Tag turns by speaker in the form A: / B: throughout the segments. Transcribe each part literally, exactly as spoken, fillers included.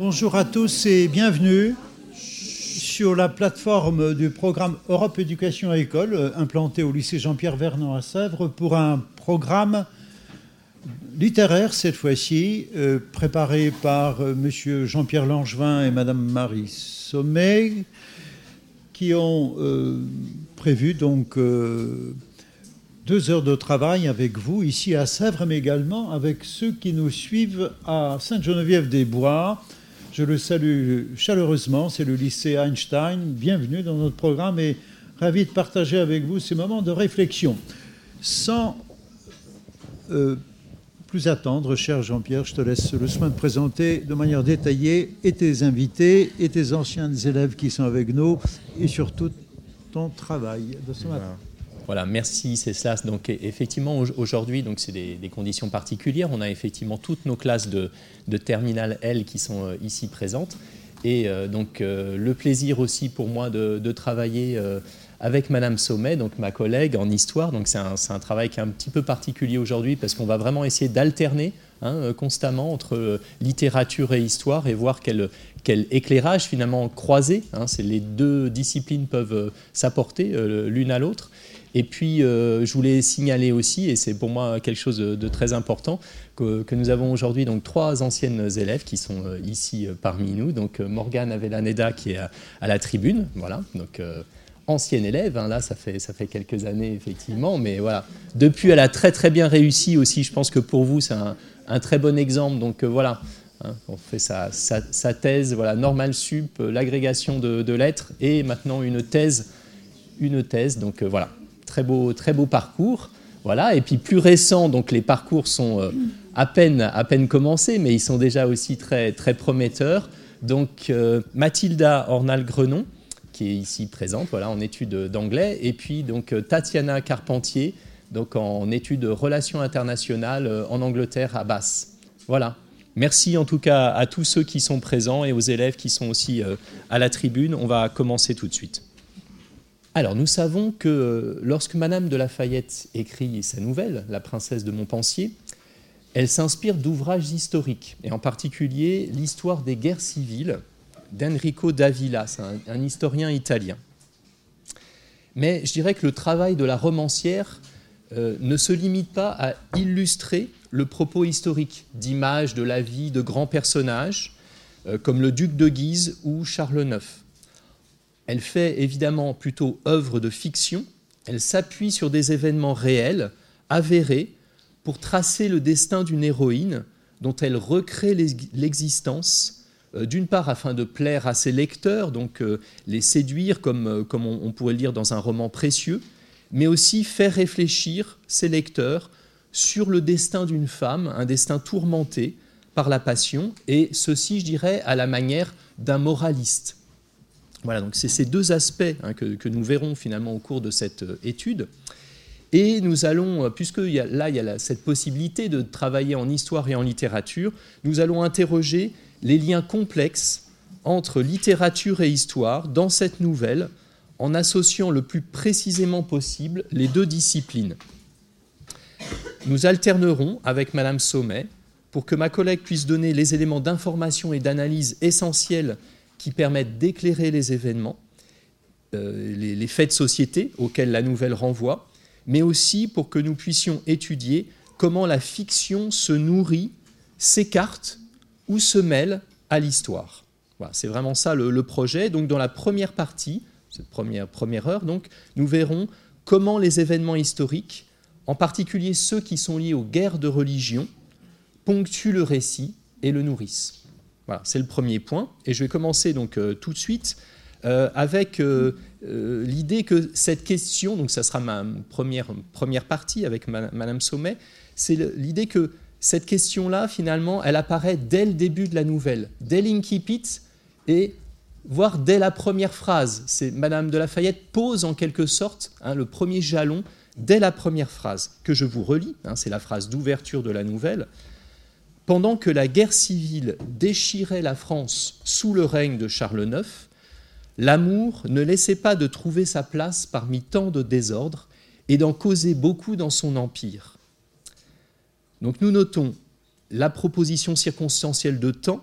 A: Bonjour à tous et bienvenue sur la plateforme du programme Europe Éducation à École, implanté au lycée Jean-Pierre Vernant à Sèvres, pour un programme littéraire cette fois-ci, euh, préparé par euh, monsieur Jean-Pierre Langevin et madame Marie Sommet, qui ont euh, prévu donc euh, deux heures de travail avec vous ici à Sèvres, mais également avec ceux qui nous suivent à Sainte-Geneviève-des-Bois. Je le salue chaleureusement, c'est le lycée Einstein. Bienvenue dans notre programme et ravi de partager avec vous ces moments de réflexion. Sans euh, plus attendre, cher Jean-Pierre, je te laisse le soin de présenter de manière détaillée et tes invités et tes anciens élèves qui sont avec nous et surtout ton travail de ce matin.
B: Voilà, merci, c'est cela. Donc effectivement, aujourd'hui, donc c'est des, des conditions particulières. On a effectivement toutes nos classes de, de terminale L qui sont euh, ici présentes. Et euh, donc euh, le plaisir aussi pour moi de, de travailler euh, avec Madame Sommet, donc ma collègue en histoire. Donc c'est un, c'est un travail qui est un petit peu particulier aujourd'hui parce qu'on va vraiment essayer d'alterner hein, constamment entre euh, littérature et histoire et voir quel, quel éclairage finalement croisé. Hein, c'est les deux disciplines peuvent euh, s'apporter euh, l'une à l'autre. Et puis, euh, je voulais signaler aussi, et c'est pour moi quelque chose de, de très important, que, que nous avons aujourd'hui donc trois anciennes élèves qui sont euh, ici euh, parmi nous. Donc, euh, Morgane Avellaneda qui est à, à la tribune, voilà. Donc, euh, ancienne élève, hein, là, ça fait, ça fait quelques années effectivement, mais voilà. Depuis, elle a très très bien réussi aussi. Je pense que pour vous, c'est un, un très bon exemple. Donc, euh, voilà. Hein, on fait sa, sa, sa thèse, voilà, Normal Sup, euh, l'agrégation de, de lettres, et maintenant une thèse, une thèse. Donc, euh, voilà. Très beau, très beau parcours, voilà. Et puis plus récent, donc les parcours sont euh, à peine, à peine commencés, mais ils sont déjà aussi très, très prometteurs. Donc euh, Mathilda Ornal-Grenon, qui est ici présente, voilà, en études d'anglais, et puis donc Tatiana Carpentier, donc en études relations internationales euh, en Angleterre à Bath. Voilà. Merci en tout cas à tous ceux qui sont présents et aux élèves qui sont aussi euh, à la tribune. On va commencer tout de suite. Alors, nous savons que lorsque Madame de La Fayette écrit sa nouvelle, La princesse de Montpensier, elle s'inspire d'ouvrages historiques, et en particulier l'histoire des guerres civiles d'Enrico Davila, c'est un, un historien italien. Mais je dirais que le travail de la romancière euh, ne se limite pas à illustrer le propos historique d'images de la vie de grands personnages, euh, comme le duc de Guise ou Charles neuf. Elle fait évidemment plutôt œuvre de fiction. Elle s'appuie sur des événements réels, avérés, pour tracer le destin d'une héroïne dont elle recrée l'existence, euh, d'une part afin de plaire à ses lecteurs, donc euh, les séduire comme, euh, comme on, on pourrait le lire dans un roman précieux, mais aussi faire réfléchir ses lecteurs sur le destin d'une femme, un destin tourmenté par la passion, et ceci, je dirais, à la manière d'un moraliste. Voilà, donc c'est ces deux aspects hein, que, que nous verrons finalement au cours de cette euh, étude. Et nous allons, puisque y a, là il y a la, cette possibilité de travailler en histoire et en littérature, nous allons interroger les liens complexes entre littérature et histoire dans cette nouvelle, en associant le plus précisément possible les deux disciplines. Nous alternerons avec Madame Sommet pour que ma collègue puisse donner les éléments d'information et d'analyse essentiels qui permettent d'éclairer les événements, euh, les, les faits de société auxquels la nouvelle renvoie, mais aussi pour que nous puissions étudier comment la fiction se nourrit, s'écarte ou se mêle à l'histoire. Voilà, c'est vraiment ça le, le projet. Donc dans la première partie, cette première, première heure, donc, nous verrons comment les événements historiques, en particulier ceux qui sont liés aux guerres de religion, ponctuent le récit et le nourrissent. Voilà, c'est le premier point. Et je vais commencer donc euh, tout de suite euh, avec euh, euh, l'idée que cette question, donc ça sera ma première, première partie avec ma, Madame Sommet, c'est le, l'idée que cette question-là, finalement, elle apparaît dès le début de la nouvelle, dès l'incipit et voire dès la première phrase. C'est Madame de La Fayette pose en quelque sorte hein, le premier jalon dès la première phrase que je vous relis. Hein, c'est la phrase d'ouverture de la nouvelle. Pendant que la guerre civile déchirait la France sous le règne de Charles neuf, l'amour ne laissait pas de trouver sa place parmi tant de désordres et d'en causer beaucoup dans son empire. Donc nous notons la proposition circonstancielle de temps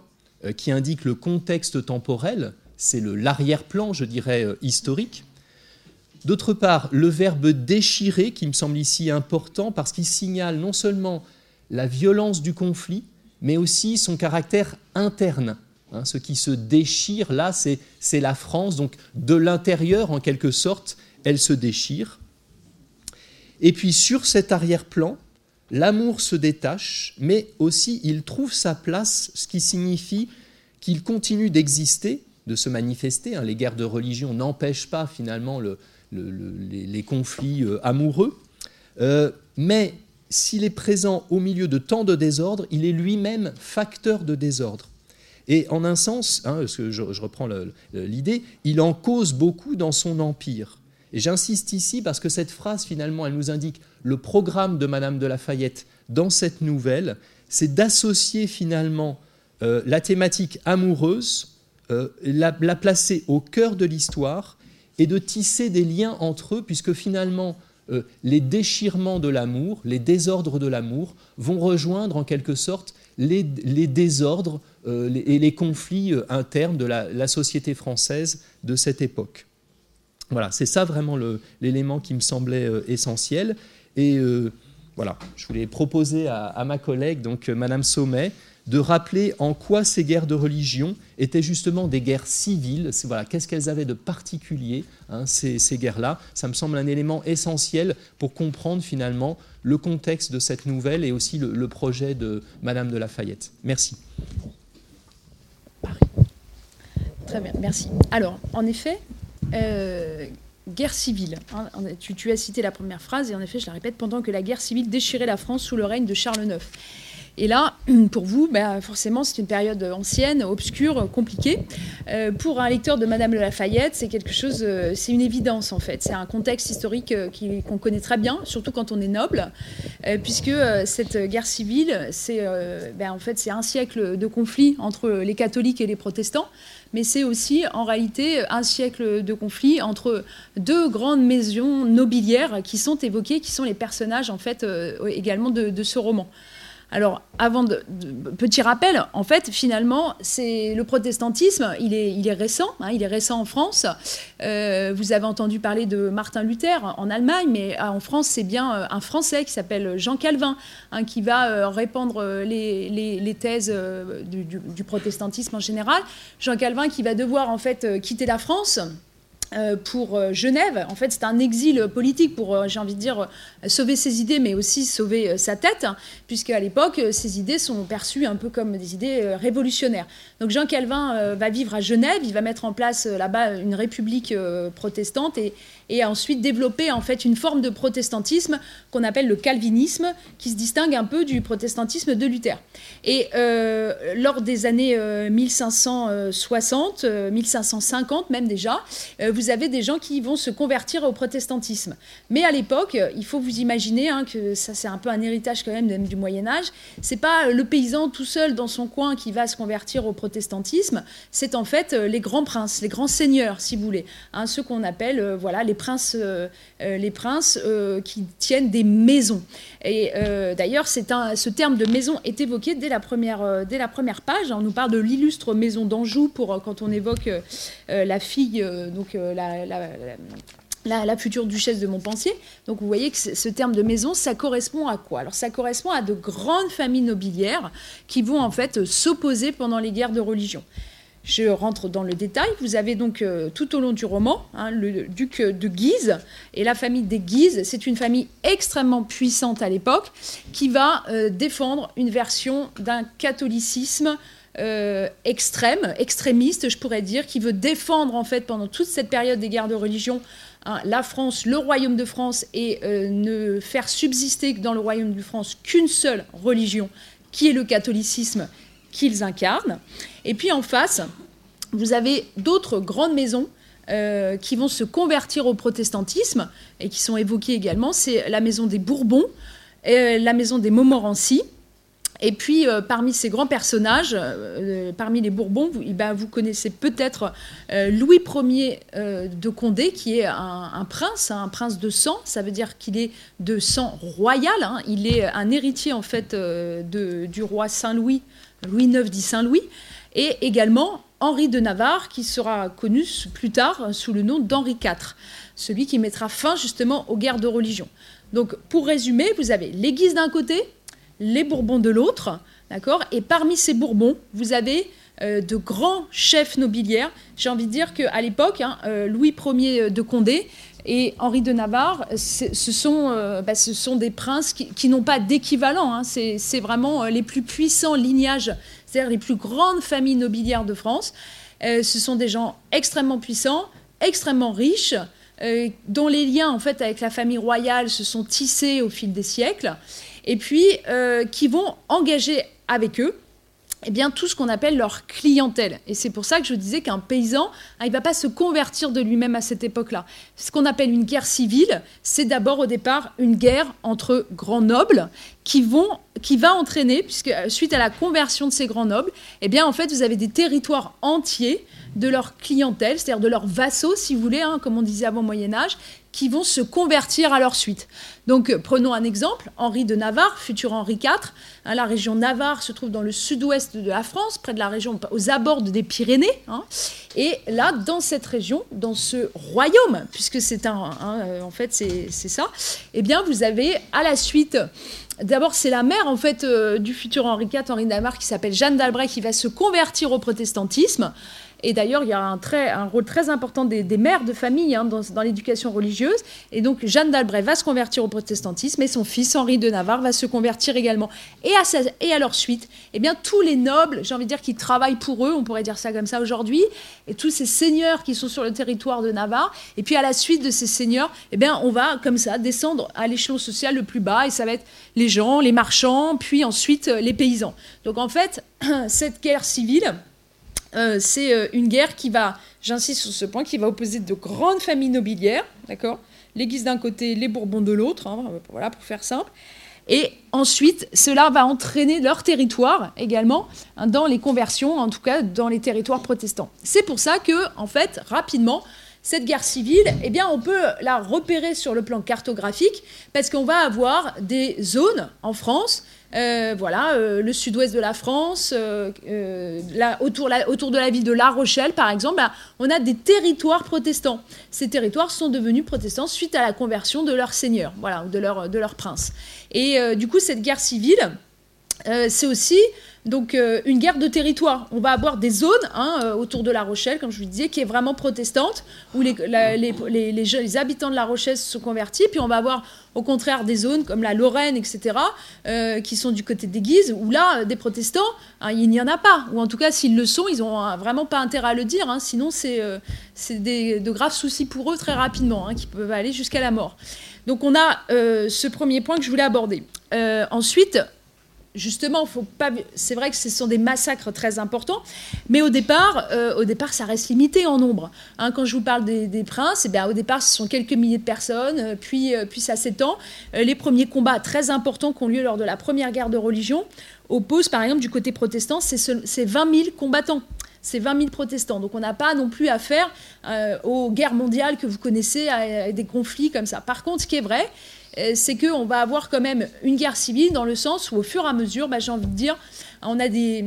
B: euh, qui indique le contexte temporel, c'est le, l'arrière-plan, je dirais, euh, historique. D'autre part, le verbe déchirer, qui me semble ici important, parce qu'il signale non seulement la violence du conflit, mais aussi son caractère interne. Hein, ce qui se déchire, là, c'est, c'est la France, donc de l'intérieur, en quelque sorte, elle se déchire. Et puis, sur cet arrière-plan, l'amour se détache, mais aussi il trouve sa place, ce qui signifie qu'il continue d'exister, de se manifester. Hein. Les guerres de religion n'empêchent pas, finalement, le Le, le, les, les conflits euh, amoureux, euh, mais s'il est présent au milieu de tant de désordre, il est lui-même facteur de désordre. Et en un sens, hein, parce que je, je reprends le, le, l'idée, il en cause beaucoup dans son empire. Et j'insiste ici parce que cette phrase, finalement, elle nous indique le programme de Madame de La Fayette dans cette nouvelle, c'est d'associer finalement euh, la thématique amoureuse, euh, la, la placer au cœur de l'histoire, et de tisser des liens entre eux, puisque finalement, euh, les déchirements de l'amour, les désordres de l'amour, vont rejoindre en quelque sorte les, les désordres euh, les, et les conflits euh, internes de la, la société française de cette époque. Voilà, c'est ça vraiment le, l'élément qui me semblait euh, essentiel. Et euh, voilà, je voulais proposer à, à ma collègue, donc euh, Madame Sommet, de rappeler en quoi ces guerres de religion étaient justement des guerres civiles. C'est, voilà, qu'est-ce qu'elles avaient de particulier, hein, ces, ces guerres-là. Ça me semble un élément essentiel pour comprendre finalement le contexte de cette nouvelle et aussi le, le projet de Madame de La Fayette. Merci.
C: Très bien, merci. Alors, en effet, euh, guerre civile. Hein, tu, tu as cité la première phrase et en effet, je la répète, pendant que la guerre civile déchirait la France sous le règne de Charles neuf. Et là, pour vous, ben forcément, c'est une période ancienne, obscure, compliquée. Euh, pour un lecteur de Madame de La Fayette, c'est quelque chose, euh, c'est une évidence en fait. C'est un contexte historique euh, qui, qu'on connaît très bien, surtout quand on est noble, euh, puisque euh, cette guerre civile, c'est euh, ben, en fait c'est un siècle de conflit entre les catholiques et les protestants. Mais c'est aussi, en réalité, un siècle de conflit entre deux grandes maisons nobiliaires qui sont évoquées, qui sont les personnages, en fait, euh, également de, de ce roman. Alors, avant de, de petit rappel, en fait, finalement, c'est le protestantisme, il est, il est récent, hein, il est récent en France. Euh, vous avez entendu parler de Martin Luther en Allemagne, mais en France, c'est bien un Français qui s'appelle Jean Calvin, hein, qui va euh, répandre les, les, les thèses euh, du, du, du protestantisme en général. Jean Calvin qui va devoir en fait euh, quitter la France. Pour Genève, en fait, c'est un exil politique pour, j'ai envie de dire, sauver ses idées, mais aussi sauver sa tête, puisqu'à l'époque, ces idées sont perçues un peu comme des idées révolutionnaires. Donc Jean Calvin va vivre à Genève, il va mettre en place là-bas une république protestante et, et ensuite développer en fait une forme de protestantisme qu'on appelle le calvinisme, qui se distingue un peu du protestantisme de Luther. Et euh, lors des années euh, mille cinq cent soixante, euh, mille cinq cent cinquante même déjà, euh, vous avez des gens qui vont se convertir au protestantisme. Mais à l'époque, il faut vous imaginer hein, que ça c'est un peu un héritage quand même, même du Moyen-Âge, c'est pas le paysan tout seul dans son coin qui va se convertir au protestantisme, c'est en fait les grands princes, les grands seigneurs si vous voulez, hein, ceux qu'on appelle euh, voilà, les princes, euh, les princes euh, qui tiennent des maisons. Et euh, d'ailleurs, c'est un, ce terme de maison est évoqué dès la première, euh, dès la première page. On nous parle de l'illustre maison d'Anjou pour euh, quand on évoque euh, la fille, euh, donc euh, la, la, la, la, la future duchesse de Montpensier. Donc vous voyez que ce terme de maison, ça correspond à quoi? Alors ça correspond à de grandes familles nobiliaires qui vont en fait s'opposer pendant les guerres de religion. Je rentre dans le détail. Vous avez donc euh, tout au long du roman hein, le duc de Guise et la famille des Guises. C'est une famille extrêmement puissante à l'époque qui va euh, défendre une version d'un catholicisme euh, extrême, extrémiste, je pourrais dire, qui veut défendre en fait pendant toute cette période des guerres de religion hein, la France, le royaume de France et euh, ne faire subsister dans le royaume de France qu'une seule religion, qui est le catholicisme qu'ils incarnent. Et puis en face, vous avez d'autres grandes maisons euh, qui vont se convertir au protestantisme et qui sont évoquées également. C'est la maison des Bourbons, et la maison des Montmorency. Et puis, euh, parmi ces grands personnages, euh, parmi les Bourbons, vous, eh ben, vous connaissez peut-être euh, Louis Ier euh, de Condé, qui est un, un prince, un prince de sang. Ça veut dire qu'il est de sang royal. Hein. Il est un héritier, en fait, euh, de, du roi Saint-Louis, Louis neuf dit Saint-Louis. et également Henri de Navarre, qui sera connu plus tard sous le nom d'Henri quatre, celui qui mettra fin justement aux guerres de religion. Donc, pour résumer, vous avez les Guises d'un côté, les Bourbons de l'autre, d'accord ? Et parmi ces Bourbons, vous avez euh, de grands chefs nobiliaires. J'ai envie de dire qu'à l'époque, hein, euh, Louis Ier de Condé et Henri de Navarre, ce sont, euh, bah, ce sont des princes qui, qui n'ont pas d'équivalent. Hein. C'est, c'est vraiment euh, les plus puissants lignages, c'est-à-dire les plus grandes familles nobiliaires de France. Euh, ce sont des gens extrêmement puissants, extrêmement riches, euh, dont les liens en fait, avec la famille royale se sont tissés au fil des siècles, et puis euh, qui vont engager avec eux eh bien, tout ce qu'on appelle leur clientèle. Et c'est pour ça que je disais qu'un paysan, hein, il ne va pas se convertir de lui-même à cette époque-là. Ce qu'on appelle une guerre civile, c'est d'abord au départ une guerre entre grands nobles qui, vont, qui va entraîner, puisque suite à la conversion de ces grands nobles, eh bien, en fait, vous avez des territoires entiers de leur clientèle, c'est-à-dire de leurs vassaux, si vous voulez, hein, comme on disait avant au Moyen-Âge, qui vont se convertir à leur suite. Donc, prenons un exemple, Henri de Navarre, futur Henri quatre. Hein, la région Navarre se trouve dans le sud-ouest de la France, près de la région, aux abords des Pyrénées. Hein, et là, dans cette région, dans ce royaume, puisque c'est un, hein, en fait, c'est, c'est ça, eh bien, vous avez à la suite... D'abord, c'est la mère en fait euh, du futur Henri quatre, Henri de Navarre, qui s'appelle Jeanne d'Albret, qui va se convertir au protestantisme. Et d'ailleurs, il y a un, très, un rôle très important des, des mères de famille hein, dans, dans l'éducation religieuse. Et donc, Jeanne d'Albret va se convertir au protestantisme et son fils, Henri de Navarre, va se convertir également. Et à, sa, et à leur suite, eh bien, tous les nobles, j'ai envie de dire, qui travaillent pour eux, on pourrait dire ça comme ça aujourd'hui, et tous ces seigneurs qui sont sur le territoire de Navarre, et puis à la suite de ces seigneurs, eh bien, on va comme ça descendre à l'échelon social le plus bas, et ça va être les gens, les marchands, puis ensuite les paysans. Donc en fait, cette guerre civile... Euh, c'est euh, une guerre qui va, j'insiste sur ce point, qui va opposer de grandes familles nobiliaires, d'accord ? Les Guises d'un côté, les Bourbons de l'autre, hein, voilà, pour faire simple. Et ensuite, cela va entraîner leur territoire également hein, dans les conversions, en tout cas dans les territoires protestants. C'est pour ça que, en fait, rapidement, cette guerre civile, eh bien, on peut la repérer sur le plan cartographique parce qu'on va avoir des zones en France. Euh, voilà, euh, le sud-ouest de la France, euh, euh, là, autour, la, autour de la ville de La Rochelle, par exemple, bah, on a des territoires protestants. Ces territoires sont devenus protestants suite à la conversion de leurs seigneurs, voilà, de leurs de leur princes. Et euh, du coup, cette guerre civile, euh, c'est aussi donc, euh, une guerre de territoire. On va avoir des zones hein, euh, autour de La Rochelle, comme je vous le disais, qui est vraiment protestante, où les, la, les, les, les, les habitants de La Rochelle se sont convertis, puis on va avoir au contraire des zones comme la Lorraine, et cetera, euh, qui sont du côté des Guises, où là, des protestants, hein, il n'y en a pas. Ou en tout cas, s'ils le sont, ils n'ont hein, vraiment pas intérêt à le dire, hein, sinon c'est, euh, c'est des, de graves soucis pour eux très rapidement, hein, qui peuvent aller jusqu'à la mort. Donc on a euh, ce premier point que je voulais aborder. Euh, ensuite... Justement, faut pas... c'est vrai que ce sont des massacres très importants, mais au départ, euh, au départ ça reste limité en nombre. Hein, quand je vous parle des, des princes, eh bien, au départ, ce sont quelques milliers de personnes, puis, euh, puis ça s'étend. Euh, les premiers combats très importants qui ont lieu lors de la première guerre de religion opposent, par exemple, du côté protestant, c'est, ce, c'est vingt mille combattants. C'est vingt mille protestants. Donc on n'a pas non plus affaire euh, aux guerres mondiales que vous connaissez, à, à des conflits comme ça. Par contre, ce qui est vrai, c'est qu'on va avoir quand même une guerre civile dans le sens où au fur et à mesure, bah, j'ai envie de dire, on a des...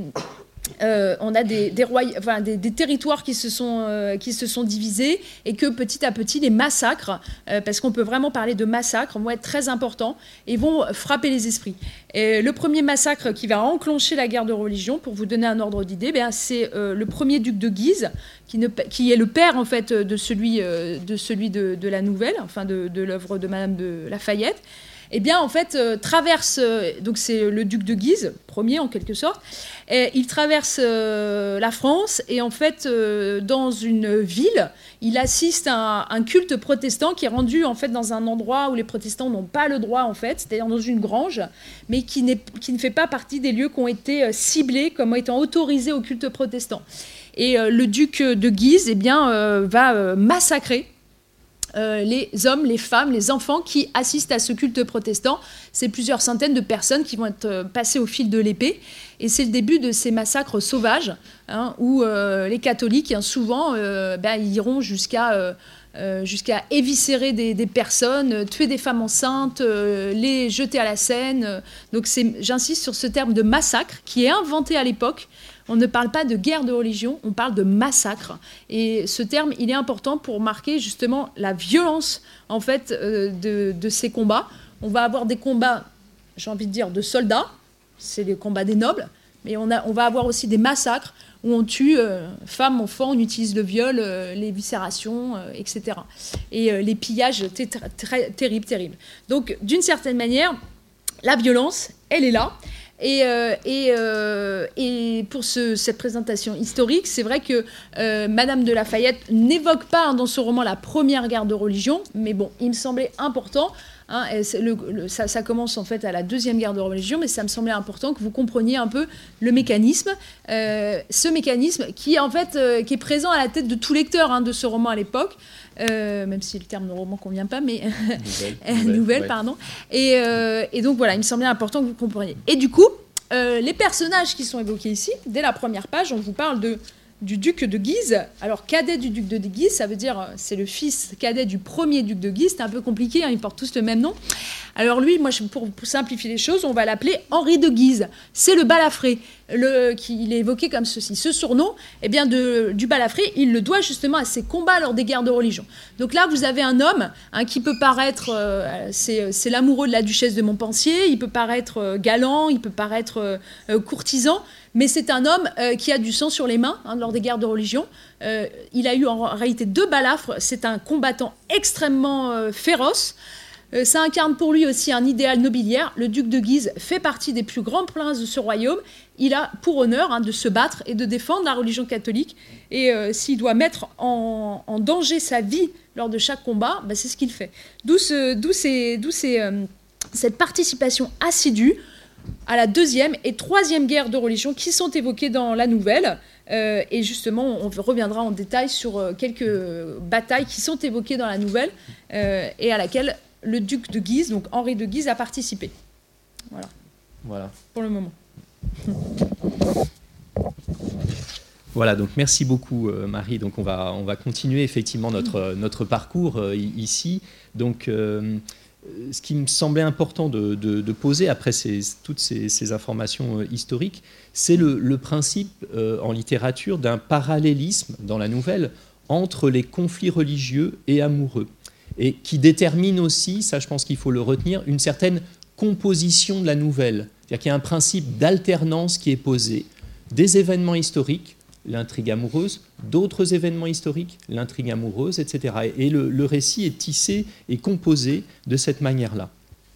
C: Euh, on a des, des, roy... enfin, des, des territoires qui se, sont, euh, qui se sont divisés et que petit à petit les massacres, euh, parce qu'on peut vraiment parler de massacres, vont être très importants et vont frapper les esprits. Et le premier massacre qui va enclencher la guerre de religion, pour vous donner un ordre d'idée, ben, c'est euh, le premier duc de Guise, qui, ne, qui est le père en fait, de celui, euh, de, celui de, de la nouvelle, enfin de, de l'œuvre de Madame de Lafayette. Eh bien, en fait, euh, traverse, euh, donc c'est le duc de Guise, premier en quelque sorte, et il traverse euh, la France et en fait, euh, dans une ville, il assiste à un, un culte protestant qui est rendu en fait dans un endroit où les protestants n'ont pas le droit en fait, c'est-à-dire dans une grange, mais qui, n'est, qui ne fait pas partie des lieux qui ont été euh, ciblés comme étant autorisés au culte protestant. Et euh, le duc de Guise, eh bien, euh, va euh, massacrer Euh, les hommes, les femmes, les enfants qui assistent à ce culte protestant. C'est plusieurs centaines de personnes qui vont être euh, passées au fil de l'épée. Et c'est le début de ces massacres sauvages, hein, où euh, les catholiques, hein, souvent, euh, ben, iront jusqu'à... Euh, euh, jusqu'à éviscérer des, des personnes, euh, tuer des femmes enceintes, euh, les jeter à la Seine. Donc c'est, j'insiste sur ce terme de massacre qui est inventé à l'époque. On ne parle pas de guerre de religion, on parle de massacre. Et ce terme, il est important pour marquer justement la violence en fait euh, de, de ces combats. On va avoir des combats, j'ai envie de dire, de soldats, c'est les combats des nobles, mais on, a, on va avoir aussi des massacres où on tue euh, femmes, enfants, on utilise le viol, euh, les viscérations, euh, et cetera. Et euh, les pillages t- très terribles, terribles. Donc, d'une certaine manière, la violence, elle est là. Et, euh, et, euh, et pour ce, cette présentation historique, c'est vrai que euh, Madame de La Fayette n'évoque pas hein, dans ce roman la première guerre de religion, mais bon, il me semblait important. Hein, et le, le, ça, ça commence en fait à la deuxième guerre de religion, mais ça me semblait important que vous compreniez un peu le mécanisme, euh, ce mécanisme qui en fait euh, qui est présent à la tête de tout lecteur hein, de ce roman à l'époque. Euh, même si le terme de roman ne convient pas, mais nouvelle, nouvelle, nouvelle ouais. pardon. Et, euh, et donc voilà, il me semblait important que vous compreniez. Et du coup, euh, les personnages qui sont évoqués ici, dès la première page, on vous parle de, du duc de Guise. Alors, cadet du duc de Guise, ça veut dire c'est le fils cadet du premier duc de Guise. C'est un peu compliqué, hein, ils portent tous le même nom. Alors lui, moi, pour, pour simplifier les choses, on va l'appeler Henri de Guise. C'est le balafré. Le, qui, il est évoqué comme ceci. Ce surnom, eh bien de, du balafré, il le doit justement à ses combats lors des guerres de religion. Donc là, vous avez un homme hein, qui peut paraître, euh, c'est, c'est l'amoureux de la duchesse de Montpensier, il peut paraître euh, galant, il peut paraître euh, courtisan, mais c'est un homme euh, qui a du sang sur les mains hein, lors des guerres de religion. Euh, il a eu en réalité deux balafres. C'est un combattant extrêmement euh, féroce. Ça incarne pour lui aussi un idéal nobiliaire. Le duc de Guise fait partie des plus grands princes de ce royaume. Il a pour honneur hein, de se battre et de défendre la religion catholique. Et euh, s'il doit mettre en, en danger sa vie lors de chaque combat, bah, c'est ce qu'il fait. D'où, ce, d'où, ces, d'où ces, euh, cette participation assidue à la deuxième et troisième guerre de religion qui sont évoquées dans la nouvelle. Euh, et justement, on reviendra en détail sur euh, quelques batailles qui sont évoquées dans la nouvelle euh, et à laquelle le duc de Guise, donc Henri de Guise, a participé. Voilà. Voilà. Pour le moment.
B: Voilà, donc merci beaucoup euh, Marie. Donc on va, on va continuer effectivement notre, notre parcours euh, ici. Donc euh, ce qui me semblait important de, de, de poser après ces, toutes ces, ces informations euh, historiques, c'est le, le principe euh, en littérature d'un parallélisme dans la nouvelle entre les conflits religieux et amoureux. Et qui détermine aussi, ça je pense qu'il faut le retenir, une certaine composition de la nouvelle. C'est-à-dire qu'il y a un principe d'alternance qui est posé, des événements historiques, l'intrigue amoureuse, d'autres événements historiques, l'intrigue amoureuse, et cetera. Et le, le récit est tissé et composé de cette manière-là.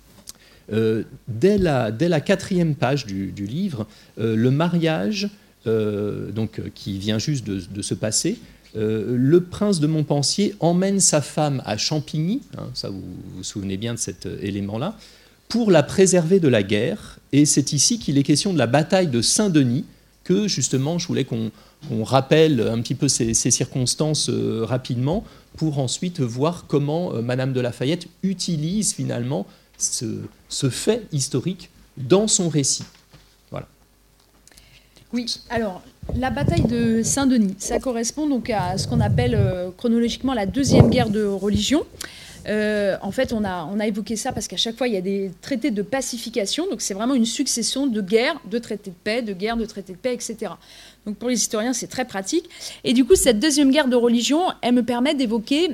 B: Euh, dès, la, dès la quatrième page du, du livre, euh, le mariage, euh, donc, qui vient juste de, de se passer, Euh, le prince de Montpensier emmène sa femme à Champigny, hein, ça vous vous souvenez bien de cet euh, élément-là, pour la préserver de la guerre. Et c'est ici qu'il est question de la bataille de Saint-Denis, que justement je voulais qu'on, qu'on rappelle un petit peu ces, ces circonstances euh, rapidement, pour ensuite voir comment euh, Madame de La Fayette utilise finalement ce, ce fait historique dans son récit. Voilà.
C: Oui, alors... La bataille de Saint-Denis, ça correspond donc à ce qu'on appelle euh, chronologiquement la deuxième guerre de religion. Euh, en fait, on a, on a évoqué ça parce qu'à chaque fois, il y a des traités de pacification. Donc, c'est vraiment une succession de guerres, de traités de paix, de guerres, de traités de paix, et cetera. Donc, pour les historiens, c'est très pratique. Et du coup, cette deuxième guerre de religion, elle me permet d'évoquer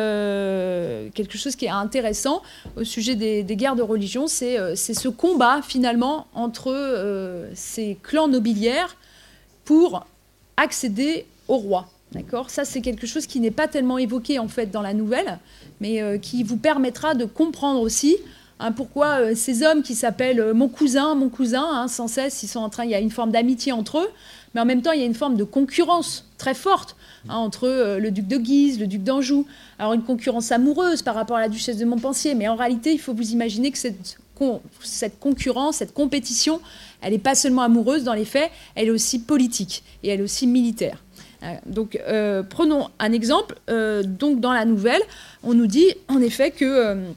C: euh, quelque chose qui est intéressant au sujet des, des guerres de religion. C'est, euh, c'est ce combat, finalement, entre euh, ces clans nobiliaires pour accéder au roi. D'accord ? Ça, c'est quelque chose qui n'est pas tellement évoqué en fait dans la nouvelle, mais euh, qui vous permettra de comprendre aussi hein, pourquoi euh, ces hommes qui s'appellent euh, mon cousin, mon cousin, hein, sans cesse, ils sont en train, il y a une forme d'amitié entre eux, mais en même temps, il y a une forme de concurrence très forte hein, entre euh, le duc de Guise, le duc d'Anjou. Alors, une concurrence amoureuse par rapport à la duchesse de Montpensier, mais en réalité, il faut vous imaginer que cette, con- cette concurrence, cette compétition, elle n'est pas seulement amoureuse dans les faits, elle est aussi politique et elle est aussi militaire. Donc, euh, prenons un exemple. Euh, donc, dans la nouvelle, on nous dit en effet que euh,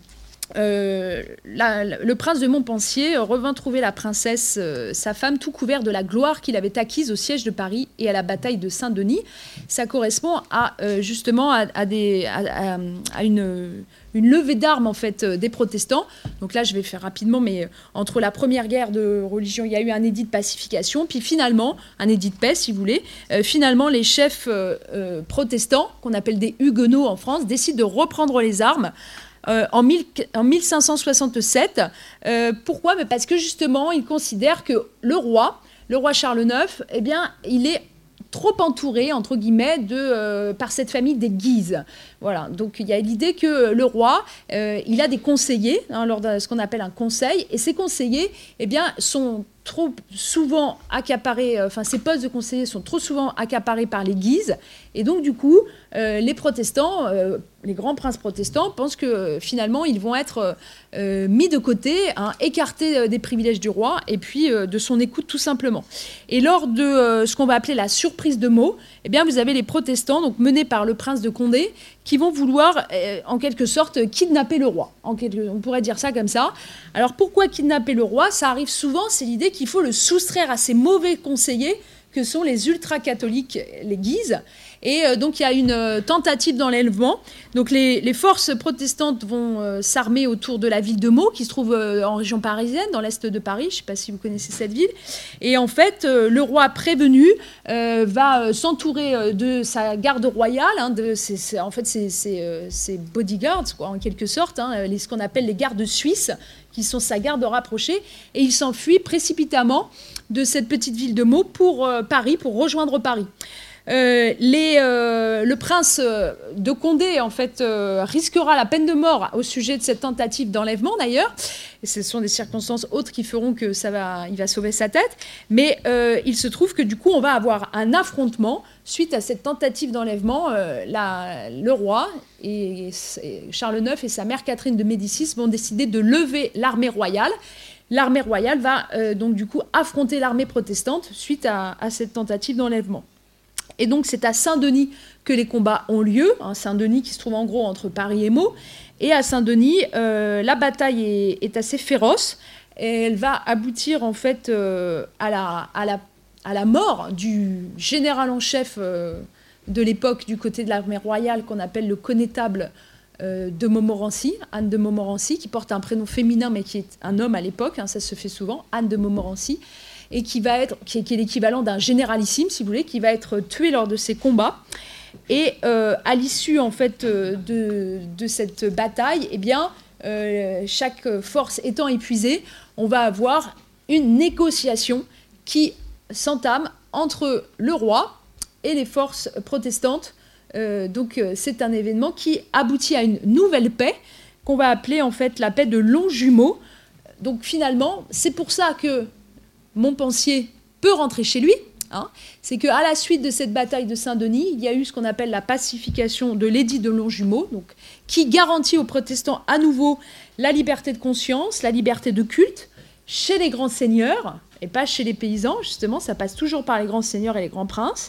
C: Euh, la, la, le prince de Montpensier revint trouver la princesse, euh, sa femme, tout couvert de la gloire qu'il avait acquise au siège de Paris et à la bataille de Saint-Denis. Ça correspond à, euh, justement à, à, des, à, à, à une, une levée d'armes en fait, des protestants. Donc là, je vais faire rapidement, mais entre la première guerre de religion, il y a eu un édit de pacification, puis finalement, un édit de paix, si vous voulez. Euh, finalement, les chefs euh, euh, protestants, qu'on appelle des huguenots en France, décident de reprendre les armes. Euh, en, mille, en mille cinq cent soixante-sept. Euh, pourquoi ? Parce que justement, ils considèrent que le roi, le roi Charles neuf, eh bien, il est trop entouré, entre guillemets, de, euh, par cette famille des Guises. Voilà, donc il y a l'idée que le roi, euh, il a des conseillers, hein, lors de ce qu'on appelle un conseil, et ces conseillers, eh bien, sont trop souvent accaparés, enfin, ces postes de conseillers sont trop souvent accaparés par les Guises, et donc, du coup, euh, les protestants, euh, les grands princes protestants, pensent que, euh, finalement, ils vont être euh, mis de côté, hein, écartés euh, des privilèges du roi, et puis euh, de son écoute, tout simplement. Et lors de euh, ce qu'on va appeler la surprise de Meaux, eh bien, vous avez les protestants, donc menés par le prince de Condé, qui vont vouloir, euh, en quelque sorte, kidnapper le roi. En quelque, on pourrait dire ça comme ça. Alors, pourquoi kidnapper le roi ? Ça arrive souvent, c'est l'idée qu'il faut le soustraire à ces mauvais conseillers que sont les ultra-catholiques, les Guises. Et euh, donc, il y a une euh, tentative d'enlèvement. Donc, les, les forces protestantes vont euh, s'armer autour de la ville de Meaux, qui se trouve euh, en région parisienne, dans l'est de Paris. Je ne sais pas si vous connaissez cette ville. Et en fait, euh, le roi prévenu euh, va euh, s'entourer euh, de sa garde royale. Hein, de, c'est, c'est, en fait, c'est, c'est, euh, c'est bodyguards, quoi, en quelque sorte, hein, les, ce qu'on appelle les gardes suisses, qui sont sa garde rapprochée. Et il s'enfuit précipitamment de cette petite ville de Meaux pour euh, Paris, pour rejoindre Paris. Euh, les, euh, le prince de Condé, en fait, euh, risquera la peine de mort au sujet de cette tentative d'enlèvement, d'ailleurs. Et ce sont des circonstances autres qui feront que ça va, il va sauver sa tête. Mais euh, il se trouve que, du coup, on va avoir un affrontement suite à cette tentative d'enlèvement. Euh, la, le roi et, et Charles neuf et sa mère Catherine de Médicis vont décider de lever l'armée royale. L'armée royale va euh, donc, du coup, affronter l'armée protestante suite à, à cette tentative d'enlèvement. Et donc, c'est à Saint-Denis que les combats ont lieu. Hein, Saint-Denis qui se trouve en gros entre Paris et Meaux. Et à Saint-Denis, euh, la bataille est, est assez féroce. Et elle va aboutir en fait euh, à, la, à, la, à la mort du général en chef euh, de l'époque du côté de l'armée royale qu'on appelle le connétable euh, de Montmorency, Anne de Montmorency, qui porte un prénom féminin mais qui est un homme à l'époque. Hein, ça se fait souvent, Anne de Montmorency. Et qui, va être, qui est, qui est l'équivalent d'un généralissime, si vous voulez, qui va être tué lors de ces combats. Et euh, à l'issue, en fait, de, de cette bataille, eh bien, euh, chaque force étant épuisée, on va avoir une négociation qui s'entame entre le roi et les forces protestantes. Euh, donc, c'est un événement qui aboutit à une nouvelle paix, qu'on va appeler, en fait, la paix de Longjumeau. Donc, finalement, c'est pour ça que Montpensier peut rentrer chez lui, hein, c'est qu'à la suite de cette bataille de Saint-Denis, il y a eu ce qu'on appelle la pacification de l'édit de Longjumeau, donc, qui garantit aux protestants à nouveau la liberté de conscience, la liberté de culte, chez les grands seigneurs, et pas chez les paysans, justement, ça passe toujours par les grands seigneurs et les grands princes,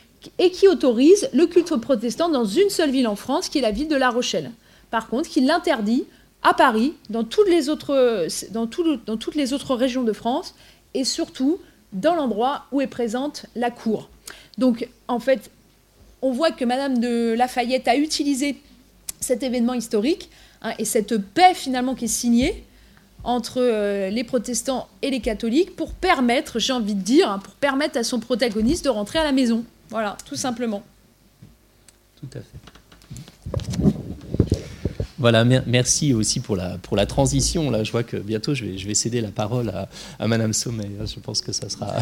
C: et qui autorise le culte protestant dans une seule ville en France, qui est la ville de La Rochelle. Par contre, qui l'interdit à Paris, dans toutes les autres, dans tout, dans toutes les autres régions de France, et surtout dans l'endroit où est présente la cour. Donc, en fait, on voit que Madame de Lafayette a utilisé cet événement historique, hein, et cette paix, finalement, qui est signée entre euh, les protestants et les catholiques pour permettre, j'ai envie de dire, hein, pour permettre à son protagoniste de rentrer à la maison. Voilà, tout simplement.
B: Tout à fait. Voilà, mer- merci aussi pour la, pour la transition. Là, je vois que bientôt, je vais, je vais céder la parole à, à Madame Sommet. Je pense que ça sera,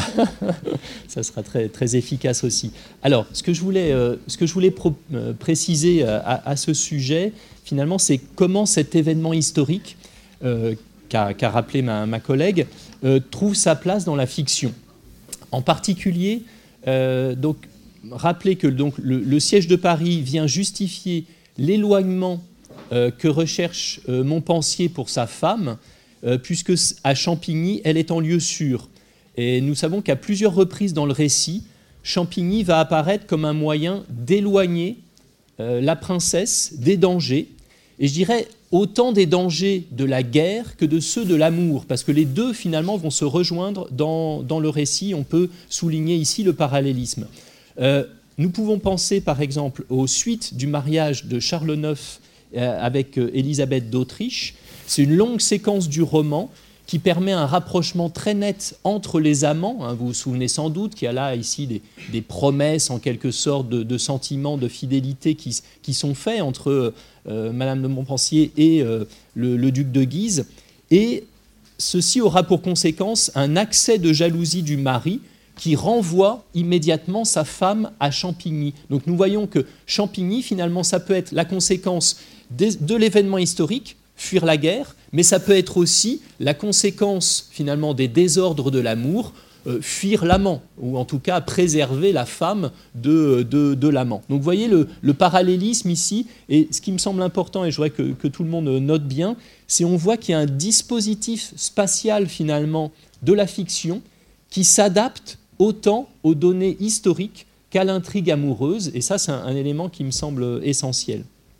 B: ça sera très, très efficace aussi. Alors, ce que je voulais, euh, ce que je voulais pro- euh, préciser à, à ce sujet, finalement, c'est comment cet événement historique, euh, qu'a, qu'a rappelé ma, ma collègue, euh, trouve sa place dans la fiction. En particulier, euh, donc, rappeler que donc, le, le siège de Paris vient justifier l'éloignement Euh, que recherche euh, Montpensier pour sa femme, euh, puisque à Champigny, elle est en lieu sûr. Et nous savons qu'à plusieurs reprises dans le récit, Champigny va apparaître comme un moyen d'éloigner euh, la princesse des dangers. et je dirais autant des dangers de la guerre que de ceux de l'amour, parce que les deux finalement vont se rejoindre dans, dans le récit. On peut souligner ici le parallélisme. Euh, nous pouvons penser par exemple aux suites du mariage de Charles neuf euh, avec euh, Élisabeth d'Autriche. C'est une longue séquence du roman qui permet un rapprochement très net entre les amants. Hein, vous vous souvenez sans doute qu'il y a là, ici, des, des promesses, en quelque sorte, de, de sentiments, de fidélité qui, qui sont faits entre euh, Madame de Montpensier et euh, le, le duc de Guise. Et ceci aura pour conséquence un accès de jalousie du mari qui renvoie immédiatement sa femme à Champigny. Donc nous voyons que Champigny, finalement, ça peut être la conséquence de, de l'événement historique, fuir la guerre, mais ça peut être aussi la conséquence finalement des désordres de l'amour, euh, fuir l'amant, ou en tout cas préserver la femme de, de, de l'amant. Donc vous voyez le, le parallélisme ici, et ce qui me semble important, et je voudrais que, que tout le monde note bien, c'est on voit qu'il y a un dispositif spatial finalement de la fiction qui s'adapte autant aux données historiques qu'à l'intrigue amoureuse, et ça c'est un, un élément qui me semble essentiel.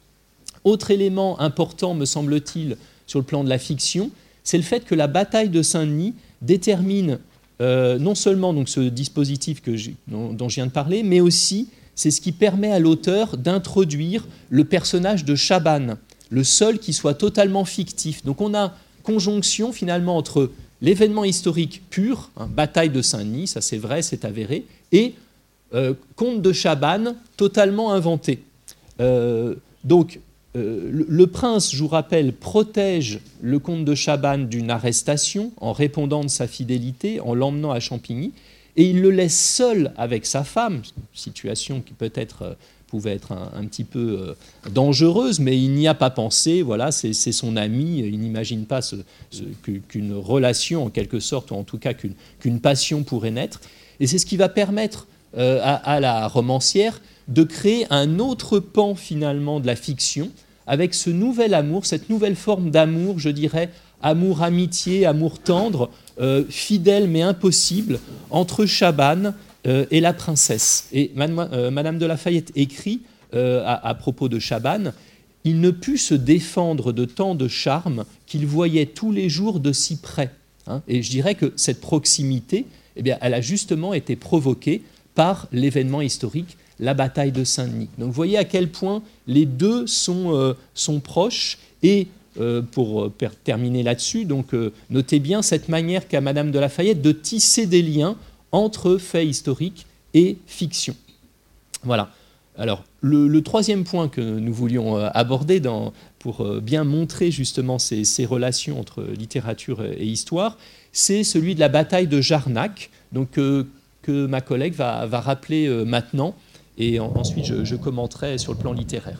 B: Autre élément important, me semble-t-il, sur le plan de la fiction, c'est le fait que la bataille de Saint-Denis détermine euh, non seulement donc, ce dispositif que dont, dont je viens de parler, mais aussi c'est ce qui permet à l'auteur d'introduire le personnage de Chabannes, le seul qui soit totalement fictif. Donc on a conjonction finalement entre l'événement historique pur, hein, bataille de Saint-Denis, ça c'est vrai, c'est avéré, et euh, conte de Chabannes totalement inventé. Euh, donc Euh, le, le prince, je vous rappelle, protège le comte de Chabannes d'une arrestation en répondant de sa fidélité, en l'emmenant à Champigny, et il le laisse seul avec sa femme, situation qui peut-être euh, pouvait être un, un petit peu euh, dangereuse, mais il n'y a pas pensé, voilà, c'est, c'est son ami, il n'imagine pas ce, ce, qu'une relation, en quelque sorte, ou en tout cas qu'une, qu'une passion pourrait naître, et c'est ce qui va permettre euh, à, à la romancière de créer un autre pan, finalement, de la fiction, avec ce nouvel amour, cette nouvelle forme d'amour, je dirais, amour-amitié, amour tendre, euh, fidèle mais impossible, entre Chabannes euh, et la princesse. Et Madame, euh, Madame de La Fayette écrit, euh, à, à propos de Chabannes, « Il ne put se défendre de tant de charme qu'il voyait tous les jours de si près. Hein » Et je dirais que cette proximité, eh bien, elle a justement été provoquée par l'événement historique, la bataille de Saint-Denis. Donc vous voyez à quel point les deux sont, euh, sont proches. Et euh, pour euh, per- terminer là-dessus, donc, euh, notez bien cette manière qu'a Madame de La Fayette de tisser des liens entre faits historiques et fiction. Voilà. Alors, le, le troisième point que nous voulions euh, aborder dans, pour euh, bien montrer justement ces, ces relations entre littérature et histoire, c'est celui de la bataille de Jarnac, donc, euh, que ma collègue va, va rappeler euh, maintenant. Et en, ensuite, je, je commenterai sur le plan littéraire.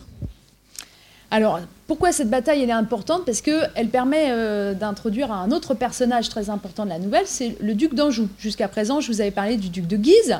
C: Alors, pourquoi cette bataille elle est importante ? Parce qu'elle permet euh, d'introduire un autre personnage très important de la nouvelle, c'est le duc d'Anjou. Jusqu'à présent, je vous avais parlé du duc de Guise,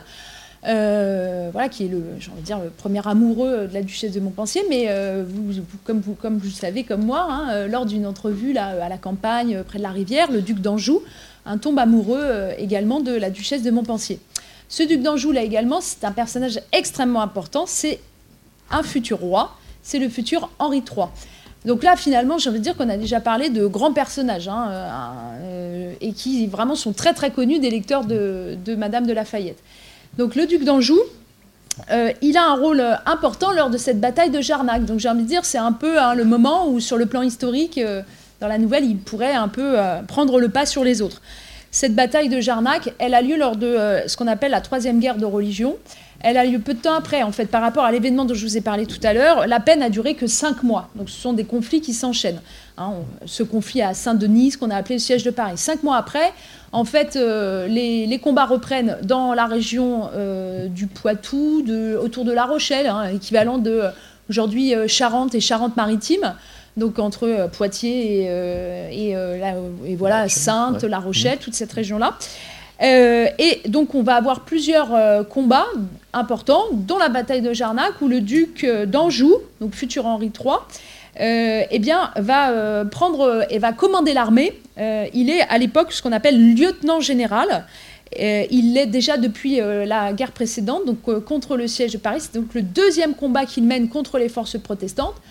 C: euh, voilà, qui est le, j'ai envie de dire, le premier amoureux de la duchesse de Montpensier. Mais euh, vous, vous, comme, vous, comme vous le savez, comme moi, hein, euh, lors d'une entrevue là, à la campagne, près de la rivière, le duc d'Anjou hein, tombe amoureux euh, également de la duchesse de Montpensier. Ce duc d'Anjou, là également, c'est un personnage extrêmement important. C'est un futur roi. C'est le futur Henri trois. Donc là, finalement, j'ai envie de dire qu'on a déjà parlé de grands personnages hein, euh, et qui vraiment sont très, très connus des lecteurs de, de Madame de La Fayette. Donc le duc d'Anjou, euh, il a un rôle important lors de cette bataille de Jarnac. Donc j'ai envie de dire, c'est un peu hein, le moment où, sur le plan historique, euh, dans la nouvelle, il pourrait un peu euh, prendre le pas sur les autres. Cette bataille de Jarnac, elle a lieu lors de euh, ce qu'on appelle la troisième guerre de religion. Elle a lieu peu de temps après, en fait, par rapport à l'événement dont je vous ai parlé tout à l'heure. La peine a duré que cinq mois. Donc ce sont des conflits qui s'enchaînent. Hein, on, ce conflit à Saint-Denis, ce qu'on a appelé le siège de Paris. Cinq mois après, en fait, euh, les, les combats reprennent dans la région euh, du Poitou, de, autour de La Rochelle, hein, équivalent de, aujourd'hui, euh, Charente et Charente-Maritime. Donc entre euh, Poitiers et, euh, et, euh, la, et voilà, Saintes, ouais. La Rochelle, toute cette région-là. Euh, et donc on va avoir plusieurs euh, combats importants, dont la bataille de Jarnac, où le duc euh, d'Anjou, donc futur Henri trois, euh, eh bien, va euh, prendre et va commander l'armée. Euh, il est à l'époque ce qu'on appelle lieutenant général. Euh, il l'est déjà depuis euh, la guerre précédente, donc euh, contre le siège de Paris. C'est donc le deuxième combat qu'il mène contre les forces protestantes.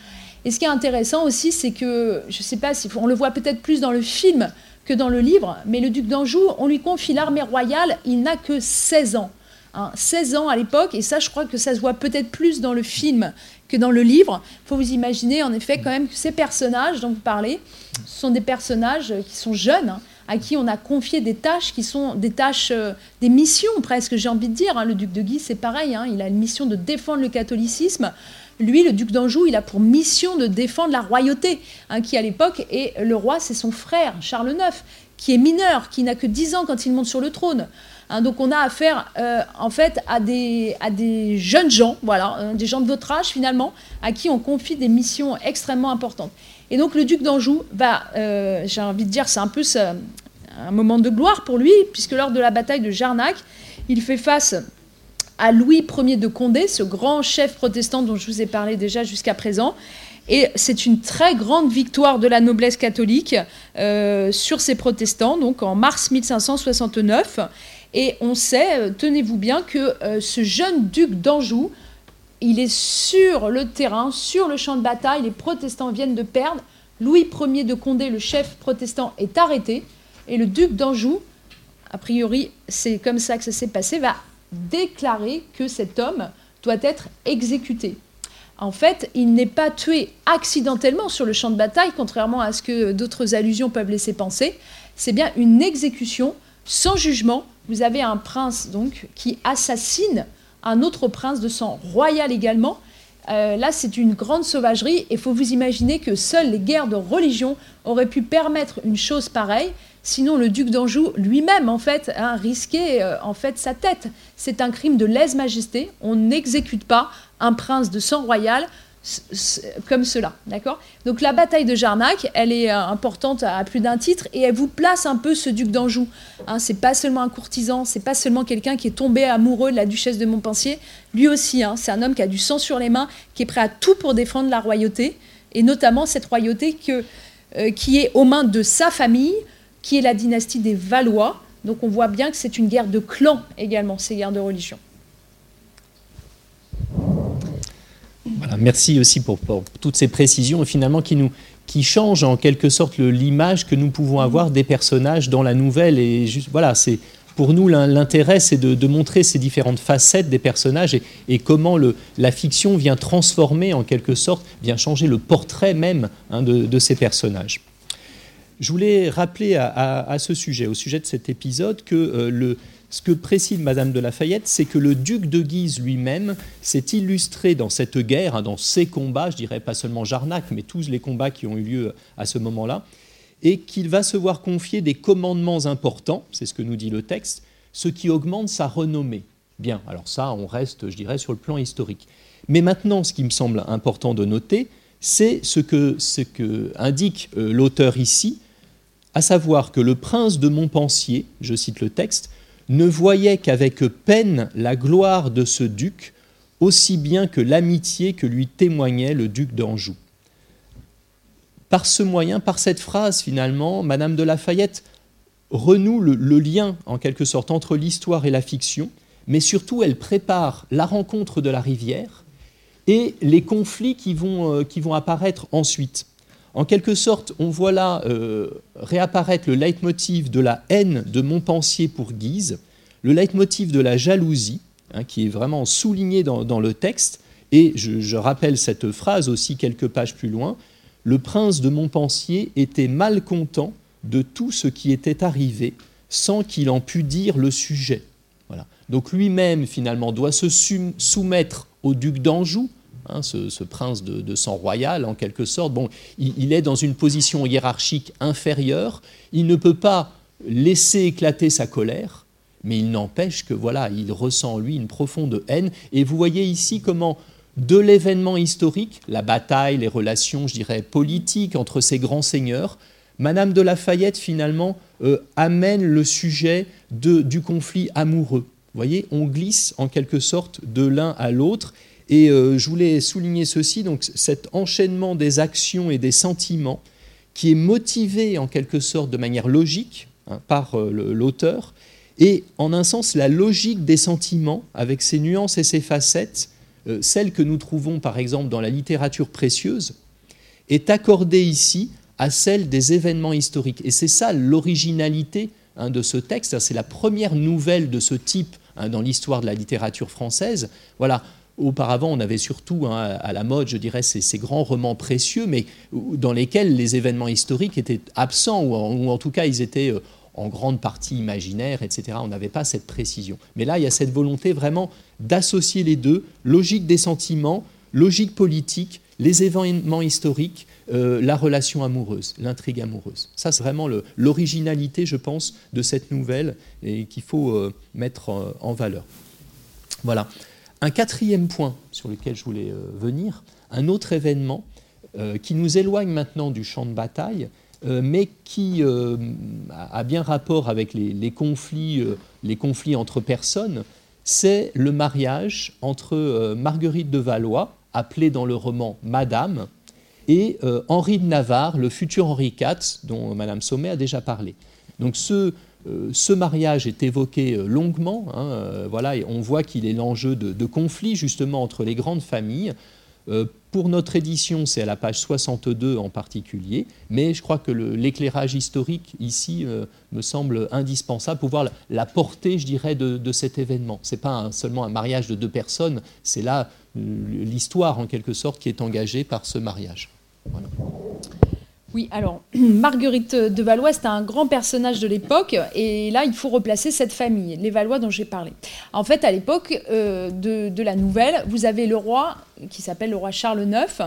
C: Et ce qui est intéressant aussi, c'est que, je ne sais pas si on le voit peut-être plus dans le film que dans le livre, mais le duc d'Anjou, on lui confie l'armée royale, il n'a que seize ans. Hein, seize ans à l'époque, et ça, je crois que ça se voit peut-être plus dans le film que dans le livre. Il faut vous imaginer, en effet, quand même, que ces personnages dont vous parlez, ce sont des personnages qui sont jeunes, hein, à qui on a confié des tâches qui sont des tâches, euh, des missions presque, j'ai envie de dire. Hein. Le duc de Guise, c'est pareil, hein, il a une mission de défendre le catholicisme. Lui, le duc d'Anjou, il a pour mission de défendre la royauté, hein, qui à l'époque, et le roi, c'est son frère, Charles neuf, qui est mineur, qui n'a que dix ans quand il monte sur le trône. Hein, donc on a affaire euh, en fait à des, à des jeunes gens, voilà, euh, des gens de votre âge finalement, à qui on confie des missions extrêmement importantes. Et donc le duc d'Anjou, va, euh, j'ai envie de dire, c'est un peu ça, un moment de gloire pour lui, puisque lors de la bataille de Jarnac, il fait face à Louis Ier de Condé, ce grand chef protestant dont je vous ai parlé déjà jusqu'à présent. Et c'est une très grande victoire de la noblesse catholique euh, sur ces protestants, donc en mars mille cinq cent soixante-neuf. Et on sait, tenez-vous bien, que euh, ce jeune duc d'Anjou, il est sur le terrain, sur le champ de bataille, les protestants viennent de perdre. Louis Ier de Condé, le chef protestant, est arrêté. Et le duc d'Anjou, a priori, c'est comme ça que ça s'est passé, va déclarer que cet homme doit être exécuté. En fait, il n'est pas tué accidentellement sur le champ de bataille, contrairement à ce que d'autres allusions peuvent laisser penser. C'est bien une exécution sans jugement. Vous avez un prince donc qui assassine un autre prince de sang royal également. Euh, là, c'est une grande sauvagerie. Et il faut vous imaginer que seules les guerres de religion auraient pu permettre une chose pareille. Sinon, le duc d'Anjou lui-même, en fait, a risqué euh, en fait, sa tête. C'est un crime de lèse-majesté. On n'exécute pas un prince de sang royal comme cela, d'accord ? Donc la bataille de Jarnac, elle est euh, importante à, à plus d'un titre et elle vous place un peu ce duc d'Anjou. Hein, c'est pas seulement un courtisan, c'est pas seulement quelqu'un qui est tombé amoureux de la duchesse de Montpensier. Lui aussi, hein, c'est un homme qui a du sang sur les mains, qui est prêt à tout pour défendre la royauté, et notamment cette royauté que, euh, qui est aux mains de sa famille, qui est la dynastie des Valois. Donc on voit bien que c'est une guerre de clans également, ces guerres de religion.
B: Voilà, merci aussi pour, pour toutes ces précisions et finalement qui, nous, qui changent en quelque sorte le, l'image que nous pouvons avoir des personnages dans la nouvelle. Et juste, voilà, c'est, pour nous, l'intérêt, c'est de, de montrer ces différentes facettes des personnages et, et comment le, la fiction vient transformer en quelque sorte, vient changer le portrait même hein, de, de ces personnages. Je voulais rappeler à, à, à ce sujet, au sujet de cet épisode, que euh, le, ce que précise Madame de La Fayette, c'est que le duc de Guise lui-même s'est illustré dans cette guerre, hein, dans ces combats, je dirais pas seulement Jarnac, mais tous les combats qui ont eu lieu à ce moment-là, et qu'il va se voir confier des commandements importants, c'est ce que nous dit le texte, ce qui augmente sa renommée. Bien, alors ça, on reste, je dirais, sur le plan historique. Mais maintenant, ce qui me semble important de noter, c'est ce que, ce que indique euh, l'auteur ici, à savoir que le prince de Montpensier, je cite le texte, ne voyait qu'avec peine la gloire de ce duc, aussi bien que l'amitié que lui témoignait le duc d'Anjou. Par ce moyen, par cette phrase finalement, Madame de La Fayette renoue le, le lien en quelque sorte entre l'histoire et la fiction, mais surtout elle prépare la rencontre de la rivière et les conflits qui vont, euh, qui vont apparaître ensuite. En quelque sorte, on voit là euh, réapparaître le leitmotiv de la haine de Montpensier pour Guise, le leitmotiv de la jalousie, hein, qui est vraiment souligné dans, dans le texte, et je, je rappelle cette phrase aussi quelques pages plus loin, le prince de Montpensier était malcontent de tout ce qui était arrivé, sans qu'il en pût dire le sujet. Voilà. Donc lui-même, finalement, doit se soumettre au duc d'Anjou, Hein, ce, ce prince de, de sang royal, en quelque sorte. Bon, il, il est dans une position hiérarchique inférieure. Il ne peut pas laisser éclater sa colère, mais il n'empêche que voilà, il ressent en lui une profonde haine. Et vous voyez ici comment, de l'événement historique, la bataille, les relations, je dirais, politiques entre ces grands seigneurs, Madame de La Fayette, finalement, euh, amène le sujet de, du conflit amoureux. Vous voyez, on glisse en quelque sorte de l'un à l'autre. Et euh, je voulais souligner ceci, donc cet enchaînement des actions et des sentiments qui est motivé en quelque sorte de manière logique hein, par euh, l'auteur, et en un sens la logique des sentiments avec ses nuances et ses facettes, euh, celles que nous trouvons par exemple dans la littérature précieuse, est accordée ici à celle des événements historiques. Et c'est ça l'originalité hein, de ce texte. C'est la première nouvelle de ce type hein, dans l'histoire de la littérature française. Voilà. Auparavant, on avait surtout hein, à la mode, je dirais, ces, ces grands romans précieux, mais dans lesquels les événements historiques étaient absents, ou en, ou en tout cas, ils étaient euh, en grande partie imaginaires, et cetera. On n'avait pas cette précision. Mais là, il y a cette volonté vraiment d'associer les deux, logique des sentiments, logique politique, les événements historiques, euh, la relation amoureuse, l'intrigue amoureuse. Ça, c'est vraiment le, l'originalité, je pense, de cette nouvelle et qu'il faut euh, mettre euh, en valeur. Voilà. Un quatrième point sur lequel je voulais euh, venir, un autre événement euh, qui nous éloigne maintenant du champ de bataille, euh, mais qui euh, a bien rapport avec les, les, conflits, euh, les conflits entre personnes, c'est le mariage entre euh, Marguerite de Valois, appelée dans le roman Madame, et euh, Henri de Navarre, le futur Henri quatre, dont Madame Sommet a déjà parlé. Donc ce... Euh, ce mariage est évoqué euh, longuement, hein, euh, voilà, et on voit qu'il est l'enjeu de, de conflits justement entre les grandes familles. Euh, pour notre édition, c'est à la page soixante-deux en particulier, mais je crois que le, l'éclairage historique ici euh, me semble indispensable pour voir la, la portée, je dirais, de, de cet événement. Ce n'est pas un, seulement un mariage de deux personnes, c'est là euh, l'histoire en quelque sorte qui est engagée par ce mariage. Voilà.
C: Oui, alors, Marguerite de Valois, c'est un grand personnage de l'époque, et là, il faut replacer cette famille, les Valois dont j'ai parlé. En fait, à l'époque euh, de, de la nouvelle, vous avez le roi, qui s'appelle le roi Charles neuf,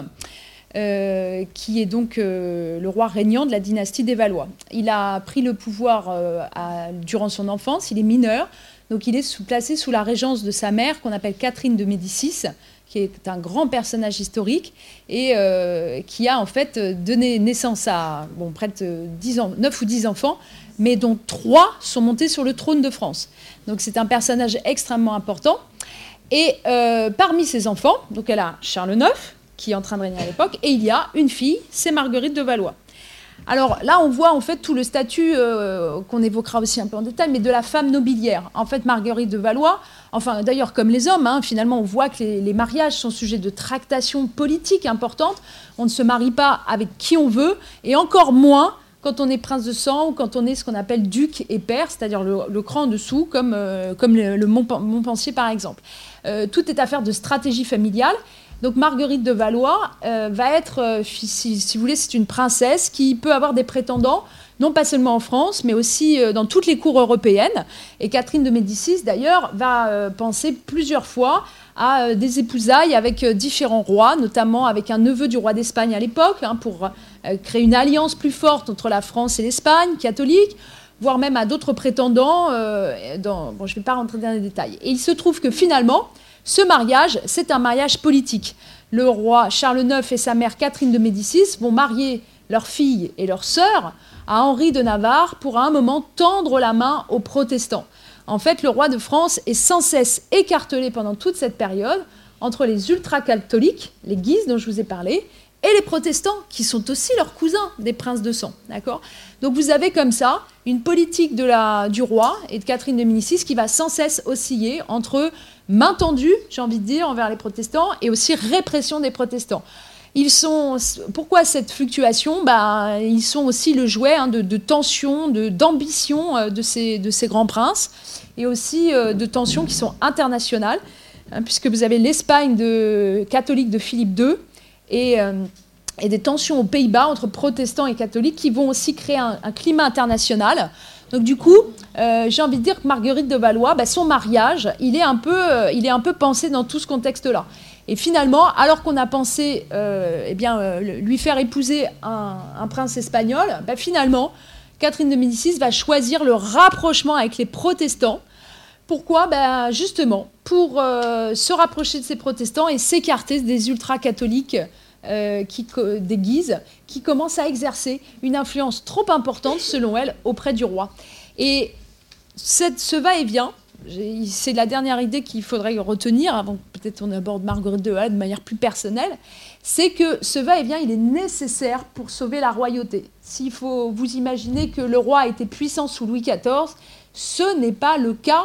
C: euh, qui est donc euh, le roi régnant de la dynastie des Valois. Il a pris le pouvoir euh, à, durant son enfance, il est mineur, donc il est sous, placé sous la régence de sa mère, qu'on appelle Catherine de Médicis, qui est un grand personnage historique et euh, qui a en fait donné naissance à bon, près de dix ans, neuf ou dix enfants, mais dont trois sont montés sur le trône de France. Donc c'est un personnage extrêmement important. Et euh, parmi ces enfants, donc elle a Charles neuf, qui est en train de régner à l'époque, et il y a une fille, c'est Marguerite de Valois. Alors là, on voit en fait tout le statut euh, qu'on évoquera aussi un peu en détail, mais de la femme nobiliaire. En fait, Marguerite de Valois, enfin d'ailleurs comme les hommes, hein, finalement on voit que les, les mariages sont sujets de tractations politiques importantes. On ne se marie pas avec qui on veut, et encore moins quand on est prince de sang ou quand on est ce qu'on appelle duc et pair, c'est-à-dire le, le cran en dessous, comme, euh, comme le, le Montpensier par exemple. Euh, tout est affaire de stratégie familiale. Donc Marguerite de Valois euh, va être, euh, si, si vous voulez, c'est une princesse qui peut avoir des prétendants, non pas seulement en France, mais aussi euh, dans toutes les cours européennes. Et Catherine de Médicis, d'ailleurs, va euh, penser plusieurs fois à euh, des épousailles avec euh, différents rois, notamment avec un neveu du roi d'Espagne à l'époque, hein, pour euh, créer une alliance plus forte entre la France et l'Espagne catholique, voire même à d'autres prétendants. Euh, dans, bon, je ne vais pas rentrer dans les détails. Et il se trouve que finalement, ce mariage, c'est un mariage politique. Le roi Charles neuf et sa mère Catherine de Médicis vont marier leur fille et leur sœur à Henri de Navarre pour à un moment tendre la main aux protestants. En fait, le roi de France est sans cesse écartelé pendant toute cette période entre les ultra-catholiques, les Guises dont je vous ai parlé, et les protestants, qui sont aussi leurs cousins des princes de sang. D'accord ? Donc vous avez comme ça une politique de la, du roi et de Catherine de Médicis qui va sans cesse osciller entre main tendue, j'ai envie de dire, envers les protestants, et aussi répression des protestants. Ils sont, pourquoi cette fluctuation ? Ben, ils sont aussi le jouet hein, de, de tensions, de, d'ambitions de ces, de ces grands princes, et aussi euh, de tensions qui sont internationales, hein, puisque vous avez l'Espagne de, catholique de Philippe deux, et, euh, et des tensions aux Pays-Bas entre protestants et catholiques qui vont aussi créer un, un climat international. Donc du coup, euh, j'ai envie de dire que Marguerite de Valois, bah, son mariage, il est, un peu, euh, il est un peu pensé dans tout ce contexte-là. Et finalement, alors qu'on a pensé euh, eh bien, euh, lui faire épouser un, un prince espagnol, bah, finalement, Catherine de Médicis va choisir le rapprochement avec les protestants. Pourquoi ? Ben justement, pour euh, se rapprocher de ces protestants et s'écarter des ultra-catholiques euh, qui, des Guises, qui commencent à exercer une influence trop importante, selon elle, auprès du roi. Et cette, ce va-et-vient, c'est la dernière idée qu'il faudrait retenir, avant que peut-être on aborde Marguerite de Valois de manière plus personnelle, c'est que ce va-et-vient, il est nécessaire pour sauver la royauté. S'il faut vous imaginer que le roi était puissant sous Louis quatorze, ce n'est pas le cas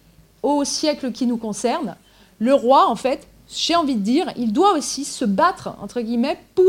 C: au siècle qui nous concerne. Le roi, en fait, j'ai envie de dire, il doit aussi se battre, entre guillemets, pour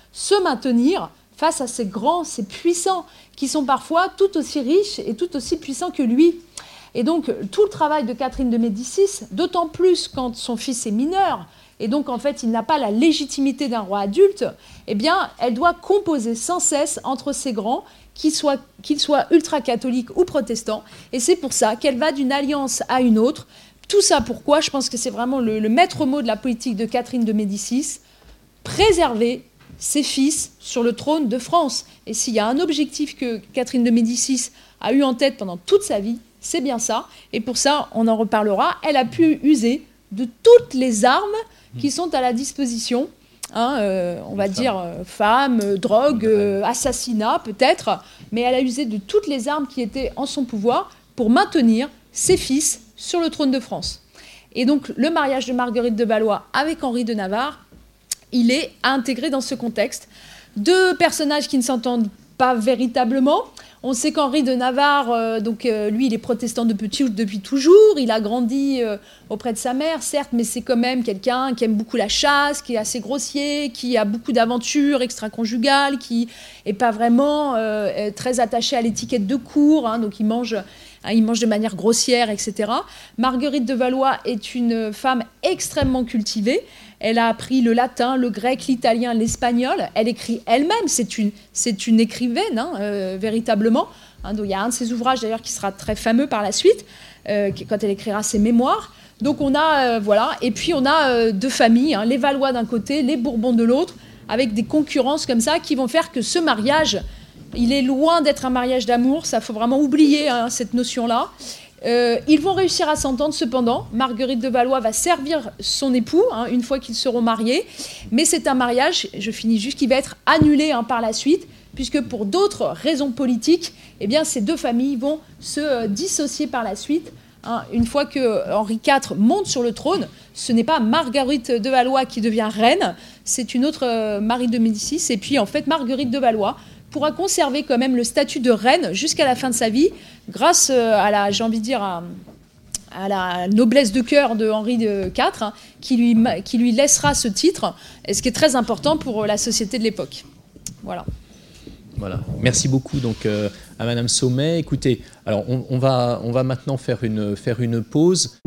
C: se maintenir face à ces grands, ces puissants, qui sont parfois tout aussi riches et tout aussi puissants que lui. Et donc, tout le travail de Catherine de Médicis, d'autant plus quand son fils est mineur, et donc en fait il n'a pas la légitimité d'un roi adulte, eh bien elle doit composer sans cesse entre ces grands, qu'ils soient, qu'ils soient ultra-catholiques ou protestants, et c'est pour ça qu'elle va d'une alliance à une autre. Tout ça pourquoi? Je pense que c'est vraiment le, le maître mot de la politique de Catherine de Médicis, préserver ses fils sur le trône de France. Et s'il y a un objectif que Catherine de Médicis a eu en tête pendant toute sa vie, c'est bien ça, et pour ça on en reparlera. Elle a pu user de toutes les armes qui sont à la disposition, hein, euh, on va les dire euh, femmes, euh, drogue, euh, assassinat peut-être, mais elle a usé de toutes les armes qui étaient en son pouvoir pour maintenir ses fils sur le trône de France. Et donc le mariage de Marguerite de Valois avec Henri de Navarre, il est intégré dans ce contexte. Deux personnages qui ne s'entendent pas véritablement. On sait qu'Henri de Navarre, euh, donc, euh, lui, il est protestant depuis, depuis toujours. Il a grandi euh, auprès de sa mère, certes, mais c'est quand même quelqu'un qui aime beaucoup la chasse, qui est assez grossier, qui a beaucoup d'aventures extra-conjugales, qui n'est pas vraiment euh, très attaché à l'étiquette de cour, hein, donc il mange, hein, il mange de manière grossière, et cetera. Marguerite de Valois est une femme extrêmement cultivée. Elle a appris le latin, le grec, l'italien, l'espagnol. Elle écrit elle-même. C'est une, c'est une écrivaine, hein, euh, véritablement. Hein, donc, il y a un de ses ouvrages, d'ailleurs, qui sera très fameux par la suite, euh, quand elle écrira ses mémoires. Donc, on a, euh, voilà. Et puis, on a euh, deux familles, hein, les Valois d'un côté, les Bourbons de l'autre, avec des concurrences comme ça qui vont faire que ce mariage, il est loin d'être un mariage d'amour. Ça, faut vraiment oublier hein, cette notion-là. Euh, ils vont réussir à s'entendre cependant. Marguerite de Valois va servir son époux hein, une fois qu'ils seront mariés. Mais c'est un mariage, je finis juste, qui va être annulé hein, par la suite, puisque pour d'autres raisons politiques, eh bien, ces deux familles vont se euh, dissocier par la suite. Hein. Une fois que Henri quatre monte sur le trône, ce n'est pas Marguerite de Valois qui devient reine, c'est une autre euh, Marie de Médicis. Et puis en fait, Marguerite de Valois pourra conserver quand même le statut de reine jusqu'à la fin de sa vie, grâce à la, j'ai envie de dire, à, à la noblesse de cœur de Henri quatre, hein, qui, lui, qui lui laissera ce titre, et ce qui est très important pour la société de l'époque. Voilà.
B: Voilà. Merci beaucoup donc, euh, à Madame Saumet. Écoutez, alors on, on, va, on va maintenant faire une, faire une pause.